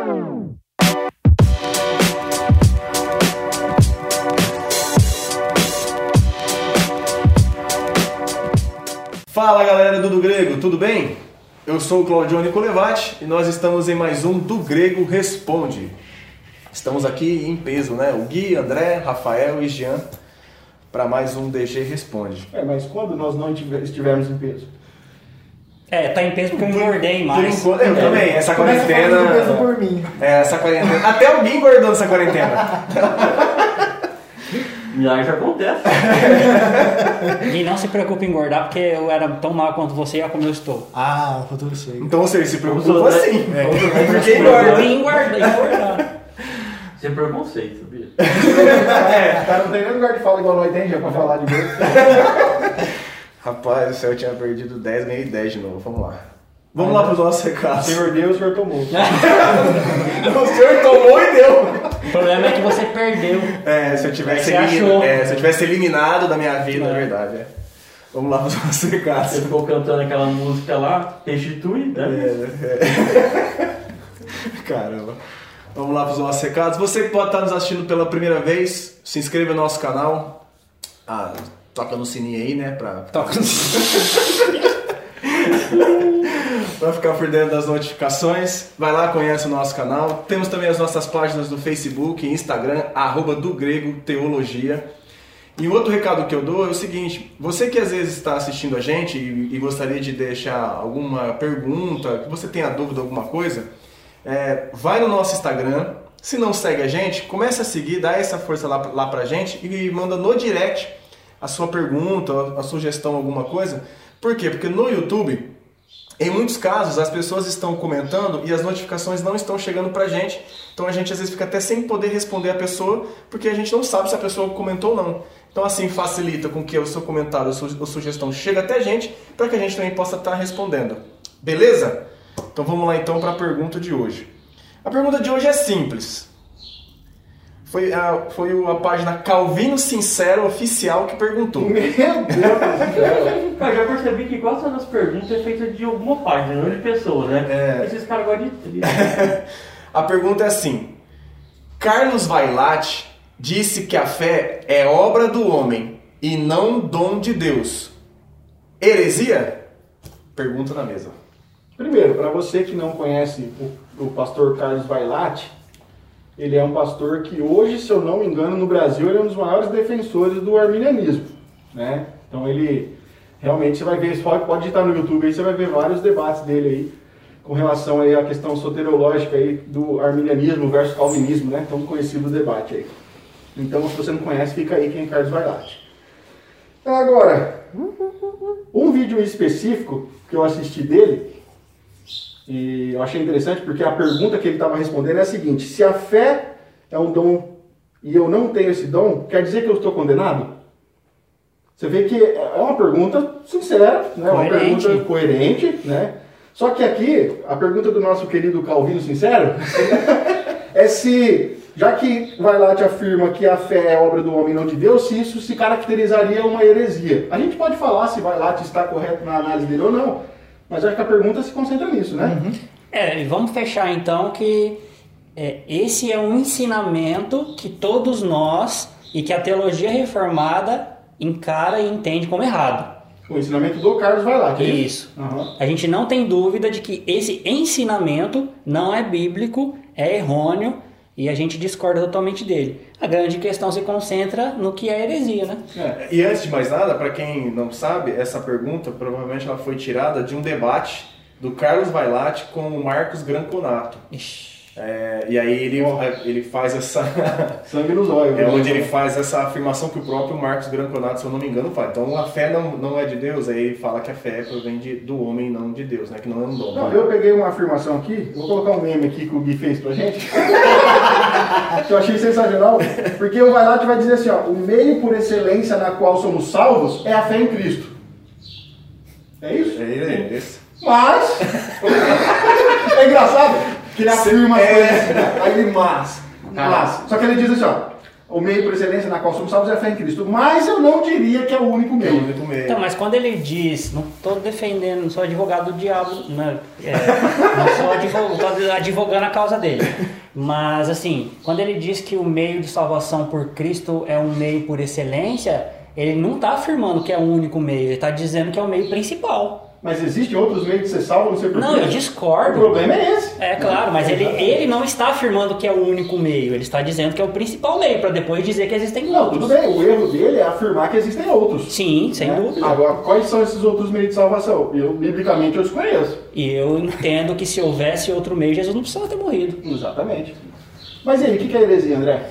Fala galera do Grego, tudo bem? Eu sou o Claudione Colevati e nós estamos em mais um Do Grego Responde. Estamos aqui em peso, né? O Gui, André, Rafael e Jean para mais um DG Responde. Mas quando nós não estivermos em peso? Tá em peso porque eu engordei mais. Eu também, essa quarentena... Peso por mim. Essa quarentena... Até o Gui engordou nessa quarentena. Milagre acontece. E não se preocupe em engordar, porque eu era tão mal quanto você e olha como eu estou. Ah, o futuro sei. Então você se preocupa assim. Porque engordar. Isso é preconceito, sabia? Cara, não tem nem lugar de fala igual nós tem, já pra falar de Deus. Rapaz do céu, eu tinha perdido 10, ganhei 10 de novo. Vamos lá. Vamos lá para os nossos recados. O Senhor deu, o Senhor tomou. O Senhor tomou e deu. O problema é que você perdeu. Se eu tivesse, Você se eu tivesse eliminado da minha vida, é verdade. Vamos lá para os nossos recados. Você ficou cantando aquela música lá, restitui, né? Caramba. Vamos lá para os nossos recados. Você que pode estar nos assistindo pela primeira vez, se inscreva no nosso canal. Toca no sininho aí, né? Toca no sininho. Para ficar por dentro das notificações, vai lá, conhece o nosso canal. Temos também as nossas páginas do Facebook e Instagram, @do Grego Teologia. E outro recado que eu dou é o seguinte: você que às vezes está assistindo a gente e gostaria de deixar alguma pergunta, que você tenha dúvida, alguma coisa, vai no nosso Instagram. Se não segue a gente, comece a seguir, dá essa força lá pra gente e manda no direct a sua pergunta, a sugestão, alguma coisa. Por quê? Porque no YouTube, em muitos casos, as pessoas estão comentando e as notificações não estão chegando pra gente. Então a gente às vezes fica até sem poder responder a pessoa, porque a gente não sabe se a pessoa comentou ou não. Então assim facilita com que o seu comentário, a sua sugestão chegue até a gente, para que a gente também possa estar respondendo. Beleza? Então vamos lá então para a pergunta de hoje. A pergunta de hoje é simples. Foi a página Calvino Sincero Oficial que perguntou. Meu Deus do céu. Cara, já percebi que quase todas as perguntas é feita de alguma página, não de pessoa, né? Esses caras gostam de... A pergunta é assim: Carlos Vailate disse que a fé é obra do homem e não dom de Deus. Heresia? Pergunta na mesa. Primeiro, para você que não conhece o pastor Carlos Vailate, ele é um pastor que hoje, se eu não me engano, no Brasil, ele é um dos maiores defensores do arminianismo, né? Então ele, realmente, você vai ver, pode digitar no YouTube aí, você vai ver vários debates dele aí, com relação aí à questão soteriológica aí do arminianismo versus calvinismo, né? Tão conhecido o debate aí. Então, se você não conhece, fica aí quem é Carlos Vailate. Agora, um vídeo específico que eu assisti dele, e eu achei interessante porque a pergunta que ele estava respondendo é a seguinte: se a fé é um dom e eu não tenho esse dom, quer dizer que eu estou condenado? Você vê que é uma pergunta sincera, né? Uma pergunta coerente, né? Só que aqui, a pergunta do nosso querido Calvino Sincero é se, já que Vailate afirma que a fé é obra do homem e não de Deus, se isso se caracterizaria uma heresia. A gente pode falar se Vailate está correto na análise dele ou não, mas acho que a pergunta se concentra nisso, né? E vamos fechar então que esse é um ensinamento que todos nós e que a teologia reformada encara e entende como errado. O ensinamento do Carlos Vailate. Isso. A gente não tem dúvida de que esse ensinamento não é bíblico, é errôneo e a gente discorda totalmente dele. A grande questão se concentra no que é heresia, né? E antes de mais nada, para quem não sabe, essa pergunta provavelmente ela foi tirada de um debate do Carlos Vailate com o Marcos Granconato. E aí ele faz essa... Sangue nos olhos. Onde ele faz essa afirmação que o próprio Marcos Granconato, se eu não me engano, faz. Então a fé não é de Deus, aí ele fala que a fé provém do homem, não de Deus, né? Que não é um dom. Não, eu peguei uma afirmação aqui, vou colocar um meme aqui que o Gui fez pra gente, que eu achei sensacional, porque o Vailate vai dizer assim, ó: o meio por excelência na qual somos salvos é a fé em Cristo. É isso? É isso. Mas, é engraçado que ele afirma as coisas, aí ele mas. Só que ele diz assim, ó: o meio por excelência na qual somos salvos é a fé em Cristo. Mas eu não diria que é o único meio. Então, mas quando ele diz, não estou defendendo, não sou advogado do diabo, não sou advogando a causa dele. Mas assim, quando ele diz que o meio de salvação por Cristo é um meio por excelência, ele não está afirmando que é o único meio, ele está dizendo que é o meio principal. Mas existem outros meios de ser salvo, não sei porquê. Não, eu discordo. O problema é esse. É claro, mas ele não está afirmando que é o único meio, ele está dizendo que é o principal meio, para depois dizer que existem outros. Tudo bem, o erro dele é afirmar que existem outros. Sim, sem dúvida. Agora, quais são esses outros meios de salvação? Biblicamente, eu os conheço. E eu entendo que se houvesse outro meio, Jesus não precisava ter morrido. Exatamente. Mas e aí, o que é heresia, André?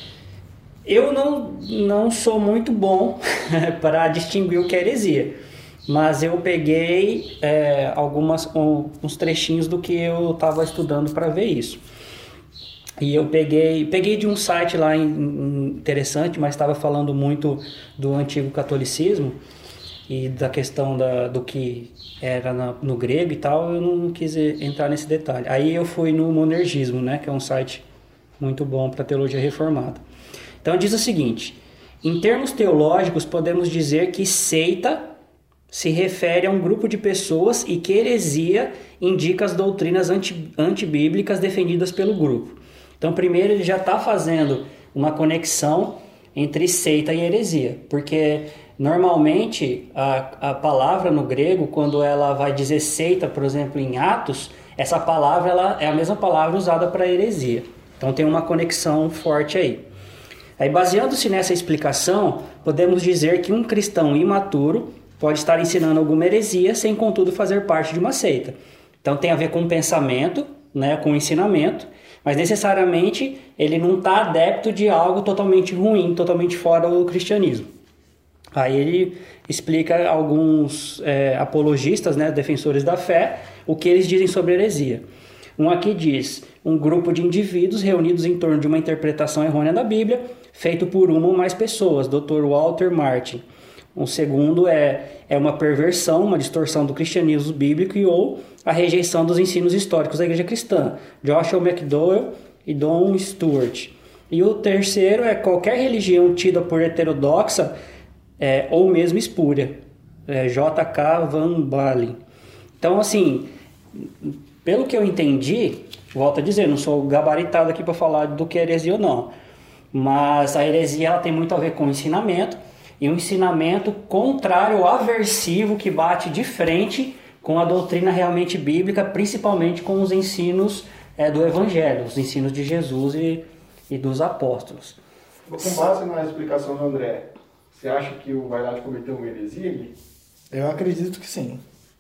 Eu não sou muito bom para distinguir o que é heresia. Mas eu peguei uns trechinhos do que eu estava estudando para ver isso. E eu peguei de um site lá interessante, mas estava falando muito do antigo catolicismo e da questão do que era no grego e tal. Eu não quis entrar nesse detalhe. Aí eu fui no Monergismo, né, que é um site muito bom para teologia reformada. Então diz o seguinte: em termos teológicos, podemos dizer que seita se refere a um grupo de pessoas e que heresia indica as doutrinas antibíblicas defendidas pelo grupo. Então, primeiro, ele já está fazendo uma conexão entre seita e heresia, porque normalmente a palavra no grego, quando ela vai dizer seita, por exemplo, em Atos, essa palavra ela é a mesma palavra usada para heresia. Então, tem uma conexão forte aí. Aí, baseando-se nessa explicação, podemos dizer que um cristão imaturo pode estar ensinando alguma heresia sem, contudo, fazer parte de uma seita. Então tem a ver com o pensamento, né, com o ensinamento, mas necessariamente ele não está adepto de algo totalmente ruim, totalmente fora do cristianismo. Aí ele explica alguns apologistas, né, defensores da fé, o que eles dizem sobre heresia. Um aqui diz: um grupo de indivíduos reunidos em torno de uma interpretação errônea da Bíblia, feito por uma ou mais pessoas, Dr. Walter Martin. Um segundo é uma perversão, uma distorção do cristianismo bíblico ou a rejeição dos ensinos históricos da igreja cristã, Joshua McDowell e Don Stewart. E o terceiro é qualquer religião tida por heterodoxa ou mesmo espúria, J.K. Van Balen. Então, assim, pelo que eu entendi, volto a dizer, não sou gabaritado aqui para falar do que é heresia ou não, mas a heresia ela tem muito a ver com o ensinamento, e um ensinamento contrário, aversivo, que bate de frente com a doutrina realmente bíblica, principalmente com os ensinos do Evangelho, os ensinos de Jesus e dos apóstolos. Com base na explicação do André, você acha que o Vailate cometeu uma heresia? Eu acredito que sim.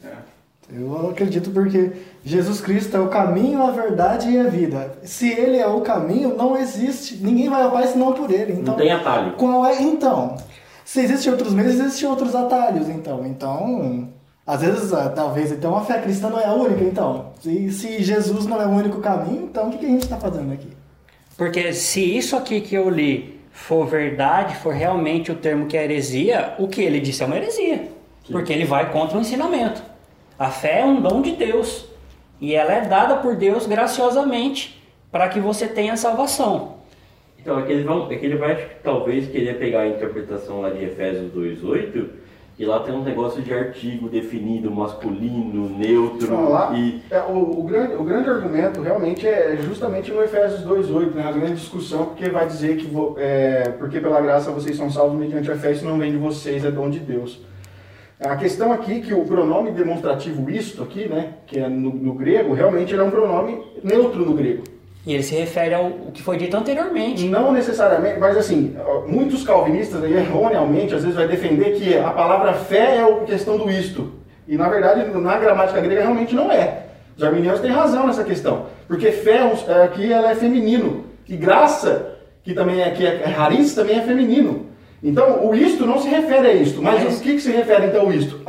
Eu acredito porque Jesus Cristo é o caminho, a verdade e a vida. Se ele é o caminho, não existe, ninguém vai ao Pai senão por ele. Então, não tem atalho. Qual é então? Se existem outros meios, existem outros atalhos, então. Então, às vezes, talvez, então a fé cristã não é a única, então. Se Jesus não é o único caminho, então o que a gente está fazendo aqui? Porque se isso aqui que eu li for verdade, for realmente o termo que é heresia, o que ele disse é uma heresia. Sim. Porque ele vai contra o ensinamento. A fé é um dom de Deus. E ela é dada por Deus graciosamente para que você tenha salvação. Então, é que ele vai talvez querer pegar a interpretação lá de Efésios 2:8 e lá tem um negócio de artigo definido, masculino, neutro. O grande argumento realmente é justamente no Efésios 2:8, né? A grande discussão, porque vai dizer que porque pela graça vocês são salvos mediante a fé, isso não vem de vocês, é dom de Deus. A questão aqui é que o pronome demonstrativo isto aqui, né, que é no grego, realmente ele é um pronome neutro no grego. E ele se refere ao que foi dito anteriormente. Não necessariamente, mas assim, muitos calvinistas erroneamente às vezes vai defender que a palavra fé é a questão do isto. E na verdade, na gramática grega realmente não é. Os arminianos têm razão nessa questão. Porque fé aqui ela é feminino. E graça, que é rariz, também é feminino. Então, o isto não se refere a isto. Mas o que se refere então o isto?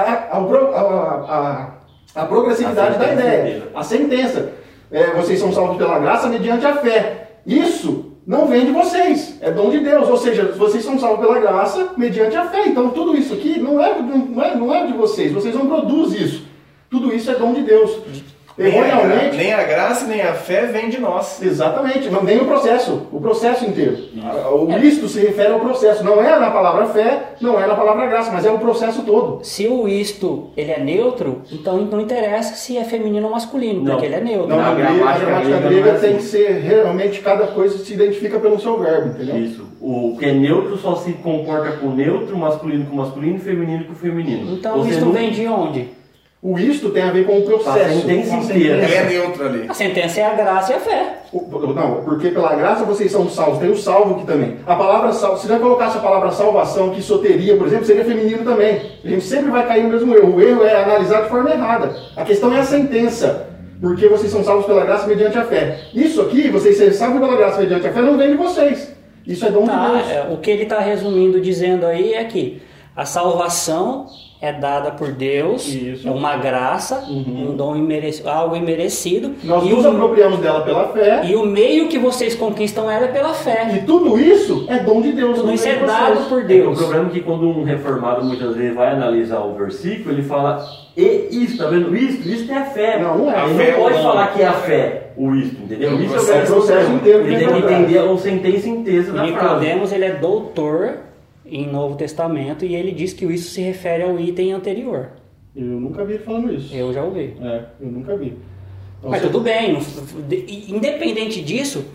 A progressividade da ideia. A sentença. Vocês são salvos pela graça mediante a fé. Isso não vem de vocês, é dom de Deus. Ou seja, vocês são salvos pela graça mediante a fé. Então tudo isso aqui não é de vocês não produzem isso. Tudo isso é dom de Deus. Erroneamente. Nem a graça nem a fé vem de nós. Exatamente, não nem o processo inteiro. O isto se refere ao processo, não é na palavra fé, não é na palavra graça, mas é o processo todo. Se o isto ele é neutro, então não interessa se é feminino ou masculino, porque ele é neutro. Não, a gramática grega tem que ser realmente cada coisa se identifica pelo seu verbo, entendeu? Isso. O que é neutro só se comporta com neutro, masculino com masculino, feminino com feminino. Então isto vem de onde? O isto tem a ver com o processo. A sentença inteira. É neutro ali. A sentença é a graça e a fé. Não, porque pela graça vocês são salvos. Tem o salvo aqui também. A palavra salvo, se não colocasse a palavra salvação, que soteria, por exemplo, seria feminino também. A gente sempre vai cair no mesmo erro. O erro é analisar de forma errada. A questão é a sentença. Porque vocês são salvos pela graça mediante a fé. Isso aqui, vocês serem salvos pela graça mediante a fé, não vem de vocês. Isso é dom de Deus. O que ele está resumindo, dizendo aí é que a salvação é dada por Deus, Isso. é uma graça, um dom algo imerecido. Nós nos apropriamos dela pela fé. E o meio que vocês conquistam ela é pela fé. E tudo isso é dom de Deus. Tudo isso é dado por Deus. O problema é que quando um reformado muitas vezes vai analisar o versículo, ele fala, e isso, tá vendo? Isso é a fé. Não é. Ele não pode falar que é a fé, o isto, entendeu? Isso é o processo inteiro. Ele tem que entender a sentença inteira da frase. Nicodemos, ele é doutor em Novo Testamento e ele diz que isso se refere ao item anterior. Eu nunca vi ele falando isso. Eu já ouvi. Eu nunca vi. Então, mas tudo bem, independente disto,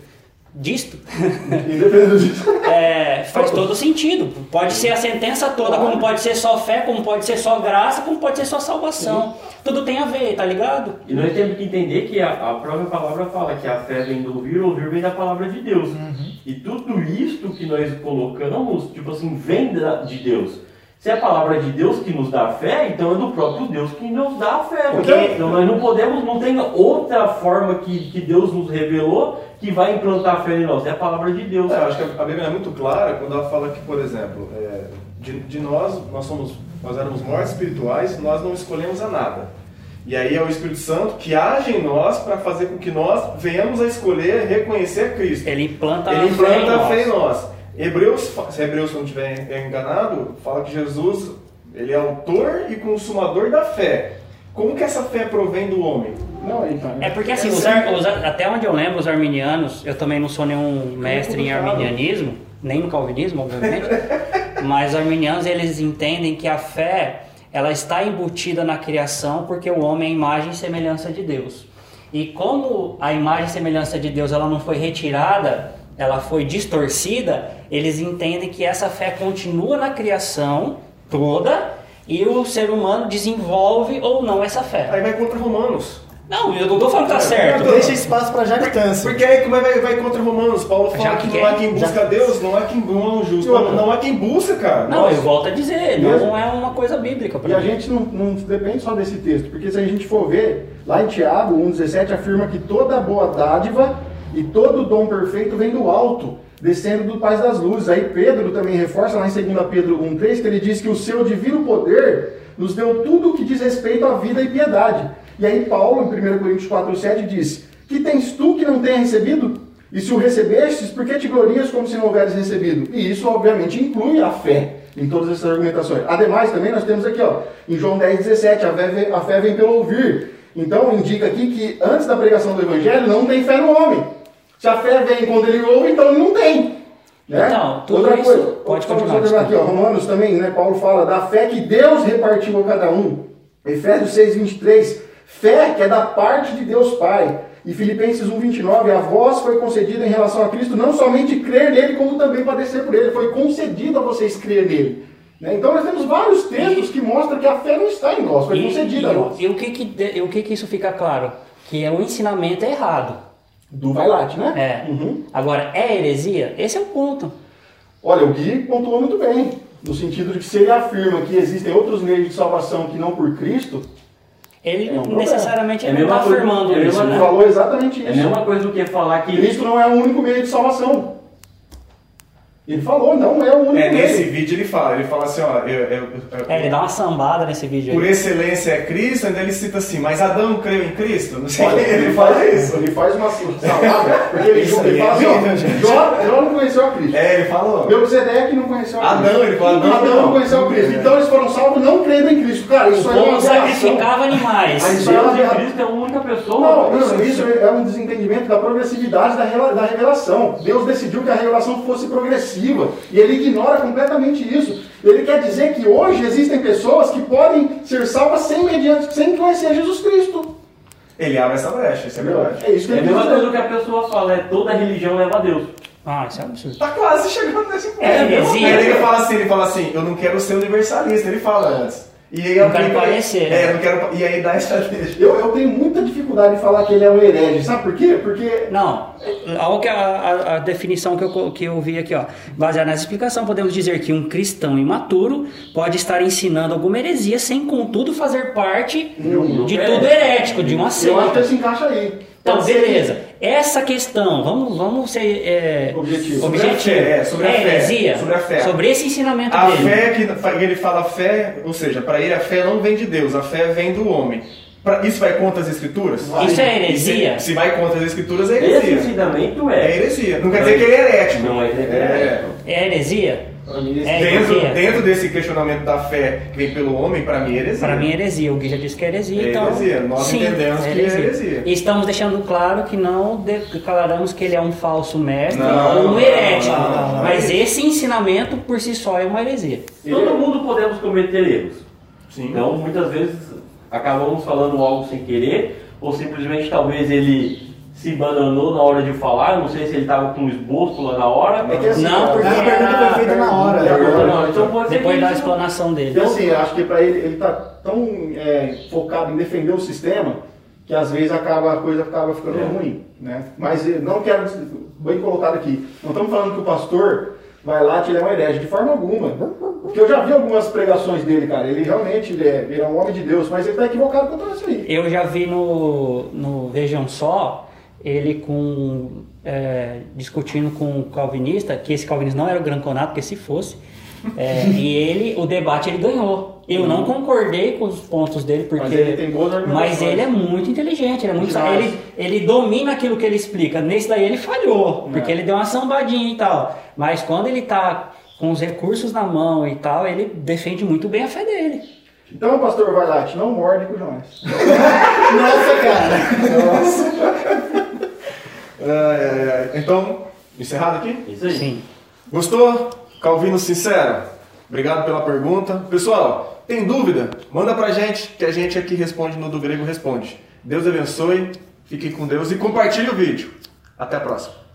faz todo sentido. Pode ser a sentença toda, como pode ser só fé, como pode ser só graça, como pode ser só salvação. Tudo tem a ver, tá ligado? E nós temos que entender que a própria palavra fala que a fé vem do ouvir, o ouvir vem da palavra de Deus. E tudo isto que nós colocamos, tipo assim, vem de Deus. Se é a palavra de Deus que nos dá a fé, então é do próprio Deus que nos dá a fé. Então nós não podemos, não tem outra forma que Deus nos revelou que vai implantar a fé em nós. É a palavra de Deus. Eu acho que a Bíblia é muito clara quando ela fala que, por exemplo, nós éramos mortos espirituais, nós não escolhemos a nada. E aí é o Espírito Santo que age em nós para fazer com que nós venhamos a escolher reconhecer Cristo. Ele implanta a fé em nós. Hebreus, se Hebreus não estiver enganado, fala que Jesus ele é autor e consumador da fé. Como que essa fé provém do homem? É porque assim, até onde eu lembro, os arminianos, eu também não sou nenhum mestre em arminianismo, nem no calvinismo, obviamente, mas os arminianos eles entendem que a fé ela está embutida na criação porque o homem é a imagem e semelhança de Deus. E como a imagem e semelhança de Deus ela não foi retirada, ela foi distorcida, eles entendem que essa fé continua na criação toda e o ser humano desenvolve ou não essa fé. Aí vai contra Romanos. Não, eu não estou falando que tá certo. Deixa espaço para jactância. Porque aí vai contra Romanos. Paulo fala que não há quem busca Deus, não há quem justo. Não há quem busca, cara. Não, eu volto a dizer, não é uma coisa bíblica. E a gente não depende só desse texto, porque se a gente for ver, lá em Tiago 1,17 afirma que toda boa dádiva e todo dom perfeito vem do alto, descendo do Pai das Luzes. Aí Pedro também reforça lá em 2 Pedro 1,3 que ele diz que o seu divino poder nos deu tudo o que diz respeito à vida e piedade. E aí Paulo, em 1 Coríntios 4,7, diz: que tens tu que não tenha recebido? E se o recebestes, por que te glorias como se não houveres recebido? E isso, obviamente, inclui a fé em todas essas argumentações. Ademais, também nós temos aqui, em João 10,17, a fé vem pelo ouvir. Então, indica aqui que antes da pregação do Evangelho, não tem fé no homem. Se a fé vem quando ele ouve, então ele não tem. Né? Então, tudo outra isso coisa, pode continuar. Aqui, Romanos também, né? Paulo fala da fé que Deus repartiu a cada um. Efésios 6,23, fé que é da parte de Deus Pai. E Filipenses 1,29, a vós foi concedida em relação a Cristo não somente crer nele, como também padecer por ele. Foi concedido a vocês crer nele. Né? Então nós temos vários textos que mostram que a fé não está em nós, foi concedida a nós. E o que isso fica claro? Que o ensinamento é errado. Do Vailate, né? É. Agora, é heresia? Esse é o ponto. Olha, o Gui pontuou muito bem, no sentido de que se ele afirma que existem outros meios de salvação que não por Cristo, ele necessariamente não está afirmando isso, Ele né? falou exatamente isso. É a mesma coisa do que falar que Cristo não é o único meio de salvação. Ele falou, não é o único meio. Nesse vídeo ele fala assim, ele dá uma sambada nesse vídeo aí. Por excelência é Cristo, ainda ele cita assim, mas Adão creu em Cristo? Não sei. Olha, ele fala isso. Ele faz uma salada, porque ele fala assim, Jó não conheceu a Cristo. Ele falou. Melquisedeque não conheceu a Cristo. Ele falou Adão não conheceu a Cristo. Então eles foram salvos não crendo em Cristo. Cara, isso o é uma povo sacrificava animais. Isso é uma Cristo é o único muita pessoa. Não, isso é um desentendimento da progressividade da revelação. Deus decidiu que a revelação fosse progressiva e ele ignora completamente isso. Ele quer dizer que hoje existem pessoas que podem ser salvas sem conhecer Jesus Cristo. Ele abre essa brecha, isso é verdade. É isso que É a ele mesma quer coisa dizer. que a pessoa fala, toda religião leva a Deus. Ah, isso é um absurdo. Tá quase chegando nesse ponto. É heresia. Aí ele fala assim, eu não quero ser universalista, ele fala antes. E aí Não quero parecer, né? eu não quero. E aí dá essa deixa. Eu tenho muita dificuldade de falar que ele é um herege. Sabe por quê? Porque Não, olha que a definição que eu vi aqui, ó. Baseada nessa explicação, podemos dizer que um cristão imaturo pode estar ensinando alguma heresia sem, contudo, fazer parte de tudo herético, de uma eu acho que seita. ele se encaixa aí. Então, Pode ser beleza. Essa questão, vamos ser Objetivo. Sobre a fé, heresia? sobre a fé. Sobre esse ensinamento A dele. fé que ele fala fé, ou seja, para ele a fé não vem de Deus, a fé vem do homem. Isso vai contra as escrituras? Isso é heresia? Se vai contra as escrituras, é Esse heresia. ensinamento É heresia. Não quer dizer que ele é herético. Não é herético. É heresia? Pra mim, É Dentro heresia. desse questionamento da fé que vem pelo homem, para mim é heresia. Para mim é heresia. O Gui já disse que é heresia, É então... heresia. Nós sim, entendemos que é heresia. E estamos deixando claro que não declaramos que ele é um falso mestre Não, ou um herético. não. Mas esse ensinamento por si só é uma heresia. Todo mundo podemos cometer erros. Sim. Então, muitas vezes, acabamos falando algo sem querer, ou simplesmente talvez ele se bananou na hora de falar, não sei se ele estava com um esboço lá na hora. É que assim, Não, porque a pergunta era- foi feita na hora. Então pode ser Depois que da isso- explanação dele. Então, assim, eu acho que para ele tá tão focado em defender o sistema que às vezes a coisa acaba ficando ruim, né? Mas não quero, bem colocado aqui, não estamos falando que o pastor vai lá e ele é um herege, de forma alguma. Porque eu já vi algumas pregações dele, cara, ele realmente ele é um homem de Deus, mas ele está equivocado quanto a isso aí. Eu já vi no Vejam Só, ele discutindo com o calvinista, que esse calvinista não era o Granconato, porque se fosse, e o debate ele ganhou. Eu não concordei com os pontos dele, porque... Mas ele tem boas argumentações. Mas ele é muito inteligente, ele é muito Demais. ele domina aquilo que ele explica. Nesse daí ele falhou, porque ele deu uma sambadinha e tal. Mas quando ele tá com os recursos na mão e tal, ele defende muito bem a fé dele. Então, pastor Vailate, não morde com nós. Nossa, cara. Então, encerrado aqui? Isso aí. Sim. Gostou? Calvino Sincero? Obrigado pela pergunta. Pessoal, tem dúvida? Manda pra gente, que a gente aqui responde no Do Grego Responde. Deus abençoe, fiquem com Deus e compartilhe o vídeo. Até a próxima.